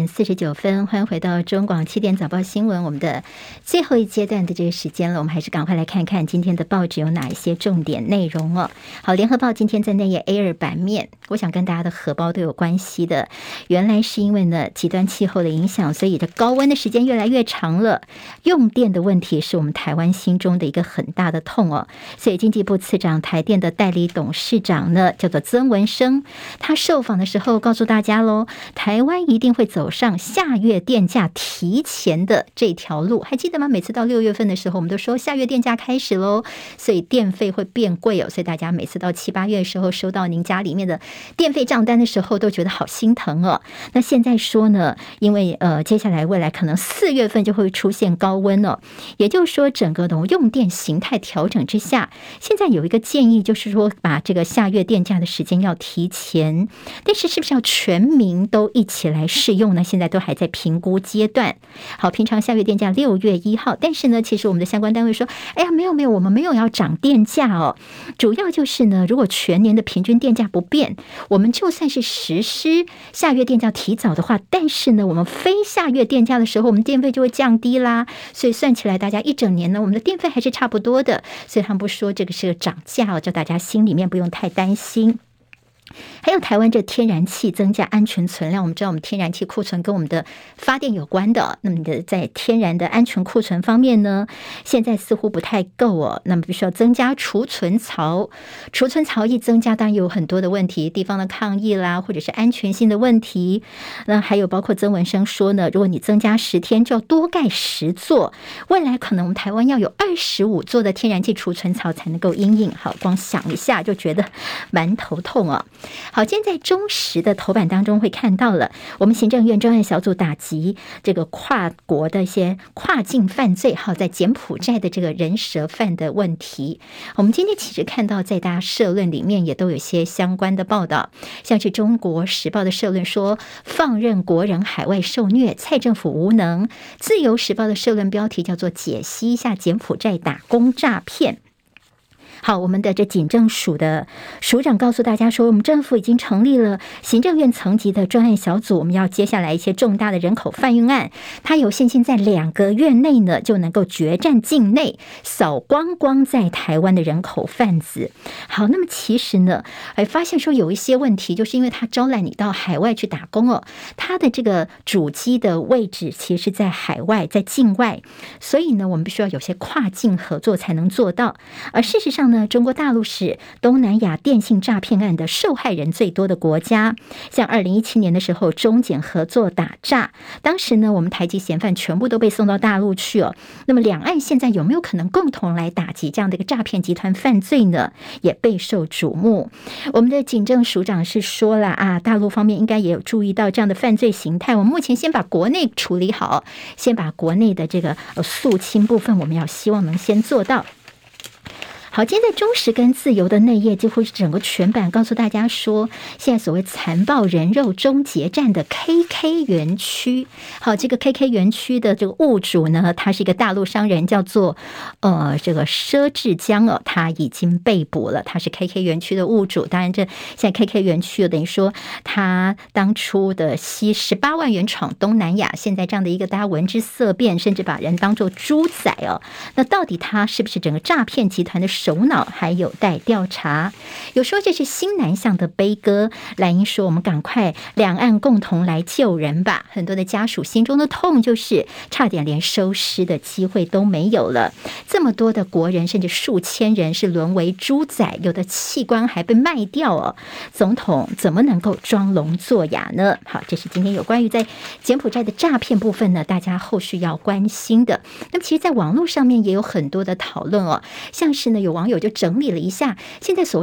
7:49，欢迎回到中广7点早报新闻，我们的最后一阶段的这个时间了。我们还是赶快来看看今天的报纸有哪一些重点内容哦。好，联合报今天在内页 A2 版面，我想跟大家的荷包都有关系的。原来是因为呢极端气候的影响，所以这高温的时间越来越长了，用电的问题是我们台湾心中的一个很大的痛哦。所以经济部次长台电的代理董事长呢叫做曾文生，他受访的时候告诉大家咯，台湾一定会走上下月电价提前的这条路，还记得吗？每次到6月份的时候我们都说下月电价开始咯，所以电费会变贵哦。所以大家每次到7、8月的时候收到您家里面的电费账单的时候都觉得好心疼哦。那现在说呢，因为接下来未来可能4月份就会出现高温哦，也就是说整个的用电形态调整之下，现在有一个建议，就是说把这个下月电价的时间要提前，但是是不是要全民都一起来适用呢？现在都还在评估阶段。好，平常下月电价6月1号，但是呢其实我们的相关单位说，哎呀没有我们没有要涨电价哦，主要就是呢如果全年的平均电价不变，我们就算是实施下月电价提早的话，但是呢我们非下月电价的时候，我们电费就会降低啦，所以算起来大家一整年呢我们的电费还是差不多的，所以他们不说这个是个涨价哦，叫大家心里面不用太担心。还有台湾这天然气增加安全存量，我们知道我们天然气库存跟我们的发电有关的，那么在天然的安全库存方面呢，现在似乎不太够哦，那么必须要增加储存槽，储存槽一增加当然有很多的问题，地方的抗议啦，或者是安全性的问题，那还有包括曾文生说呢，如果你增加10天就要多盖10座，未来可能我们台湾要有25座的天然气储存槽才能够因应。好，光想一下就觉得蛮头痛哦。好，今天在中时的头版当中会看到了我们行政院专案小组打击这个跨国的一些跨境犯罪，好，在柬埔寨的这个人蛇犯的问题，我们今天其实看到在大家社论里面也都有一些相关的报道，像是中国时报的社论说放任国人海外受虐，蔡政府无能，自由时报的社论标题叫做解析一下柬埔寨打工诈骗。好，我们的这警政署的署长告诉大家说，我们政府已经成立了行政院层级的专案小组，我们要接下来一些重大的人口贩运案，它有信心在2个月内呢就能够决战境内，扫光光在台湾的人口贩子。好，那么其实呢发现说有一些问题，就是因为他招揽你到海外去打工哦，他的这个主机的位置其实是在海外，在境外，所以呢我们必须要有些跨境合作才能做到。而事实上呢，中国大陆是东南亚电信诈骗案的受害人最多的国家，像2017年的时候中检合作打诈，当时呢我们台籍嫌犯全部都被送到大陆去哦。那么两岸现在有没有可能共同来打击这样的一个诈骗集团犯罪呢？也备受瞩目。我们的警政署长是说了啊，大陆方面应该也有注意到这样的犯罪形态，我们目前先把国内处理好，先把国内的这个肃清部分我们要希望能先做到。好，今天在中时跟自由的内页几乎是整个全版告诉大家说，现在所谓残暴人肉终结战的 KK 园区。好，这个 KK 园区的这个物主呢，他是一个大陆商人，叫做这个佘志江哦，他已经被捕了，他是 KK 园区的物主。当然这现在 KK 园区等于说他当初的吸18万元闯东南亚，现在这样的一个大家闻之色变，甚至把人当作猪仔哦，那到底他是不是整个诈骗集团的首脑还有待调查。有说这是新南向的悲歌，蓝营说我们赶快两岸共同来救人吧，很多的家属心中的痛就是差点连收尸的机会都没有了，这么多的国人甚至数千人是沦为猪仔，有的器官还被卖掉哦，总统怎么能够装聋作哑呢？好，这是今天有关于在柬埔寨的诈骗部分呢，大家后续要关心的。那么其实在网络上面也有很多的讨论哦，像是呢有网友就整理了一下现在所谓的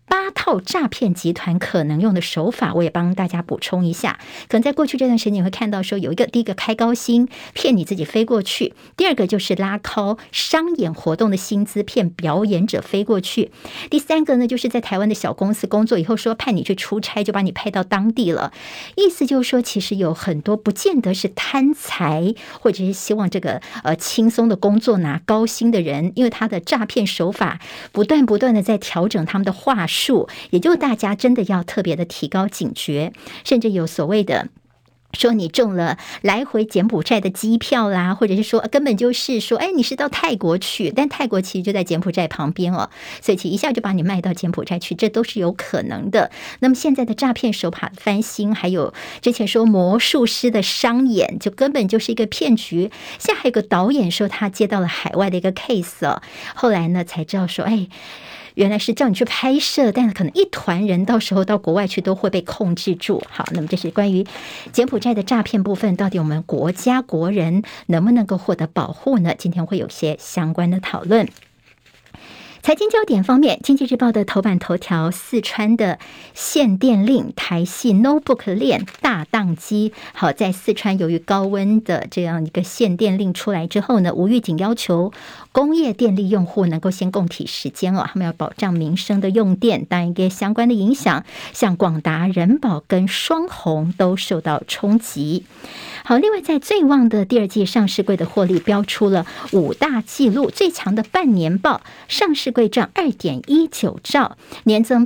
8套诈骗集团可能用的手法，我也帮大家补充一下。可能在过去这段时间你会看到说，有第一个开高薪骗你自己飞过去，第二个就是拉高商演活动的薪资骗表演者飞过去，第三个呢就是在台湾的小公司工作以后说派你去出差，就把你派到当地了。意思就是说，其实有很多不见得是贪财或者是希望这个轻松的工作拿高薪的人，因为他的诈骗手法不断的在调整他们的话术，也就大家真的要特别的提高警觉，甚至有所谓的说你中了来回柬埔寨的机票啦，或者是说根本就是说你是到泰国去，但泰国其实就在柬埔寨旁边哦，所以其实一下就把你卖到柬埔寨去，这都是有可能的。那么现在的诈骗手法翻新，还有之前说魔术师的商演就根本就是一个骗局，现在还有个导演说他接到了海外的一个 case 哦，后来呢才知道说原来是叫你去拍摄，但可能一团人到时候到国外去都会被控制住。好，那么这是关于柬埔寨的诈骗部分，到底我们国家国人能不能够获得保护呢？今天会有些相关的讨论。财经焦点方面，经济日报的头版头条，四川的限电令，台系 notebook 链大宕机。好，在四川由于高温的这样一个限电令出来之后呢，吴玉警要求工业电力用户能够先共体时间他们要保障民生的用电，当然一个相关的影响，像广达、人保跟双红都受到冲击。好，另外在最旺的第二季上市柜的获利标出了5大纪录，最强的半年报，上市柜赚 2.19 兆，年增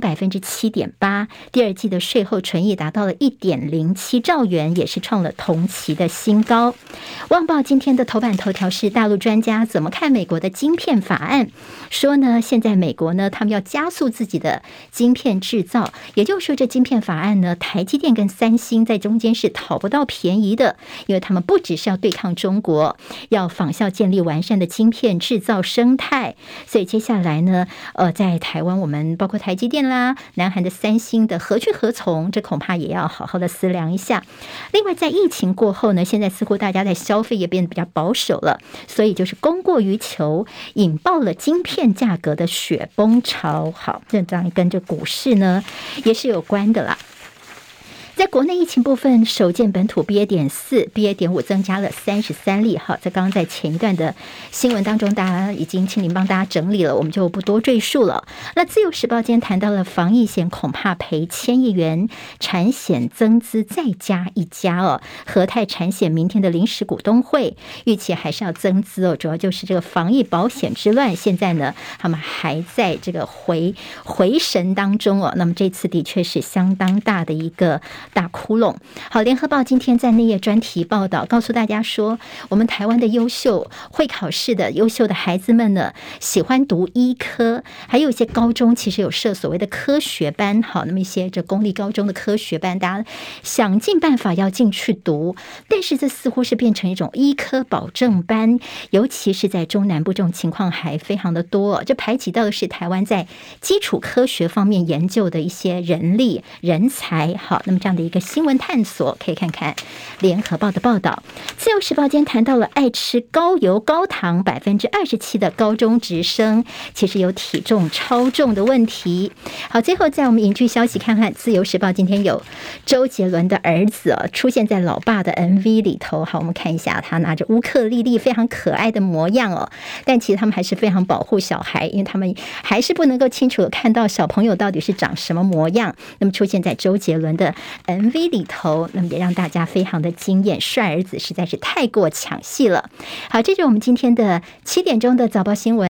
7.8%， 第二季的税后纯益达到了 1.07 兆元，也是创了同期的新高。旺报今天的头版头条是大陆专家怎么看美国的晶片法案，说呢现在美国呢他们要加速自己的晶片制造，也就是说这晶片法案呢，台积电跟三星在中间是讨不到便宜的，因为他们不只是要对抗中国，要仿效建立完善的晶片制造生态，所以接下来呢在台湾我们包括台积电啦、南韩的三星的何去何从，这恐怕也要好好的思量一下。另外在疫情过后呢，现在似乎大家在消费也变得比较保守了，所以就是供过于求，引爆了晶片价格的雪崩潮。好，这当然跟这股市呢也是有关的啦。在国内疫情部分，首见本土 BA.4、BA.5 增加了33例。好，在刚刚在前一段的新闻当中，大家已经请您帮大家整理了，我们就不多赘述了。那自由时报今天谈到了防疫险恐怕赔1000亿元，产险增资再加一家和泰产险明天的临时股东会预期还是要增资主要就是这个防疫保险之乱，现在呢他们还在这个回神当中那么这次的确是相当大的一个大窟窿。好，联合报今天在内页专题报道，告诉大家说，我们台湾的优秀会考试的优秀的孩子们呢，喜欢读医科，还有一些高中其实有设所谓的科学班。好，那么一些这公立高中的科学班，大家想尽办法要进去读，但是这似乎是变成一种医科保证班，尤其是在中南部这种情况还非常的多。这排挤到的是台湾在基础科学方面研究的一些人力人才。好，那么这样的一个新闻探索，可以看看联合报的报道。自由时报今天谈到了爱吃高油高糖27%的高中职生，其实有体重超重的问题。好，最后在我们影剧消息看看，自由时报今天有周杰伦的儿子出现在老爸的 MV 里头。好，我们看一下他拿着乌克丽丽非常可爱的模样但其实他们还是非常保护小孩，因为他们还是不能够清楚的看到小朋友到底是长什么模样。那么出现在周杰伦的 MV 里头，那么也让大家非常的惊艳，帅儿子实在是太过抢戏了。好，这是我们今天的7点钟的早报新闻。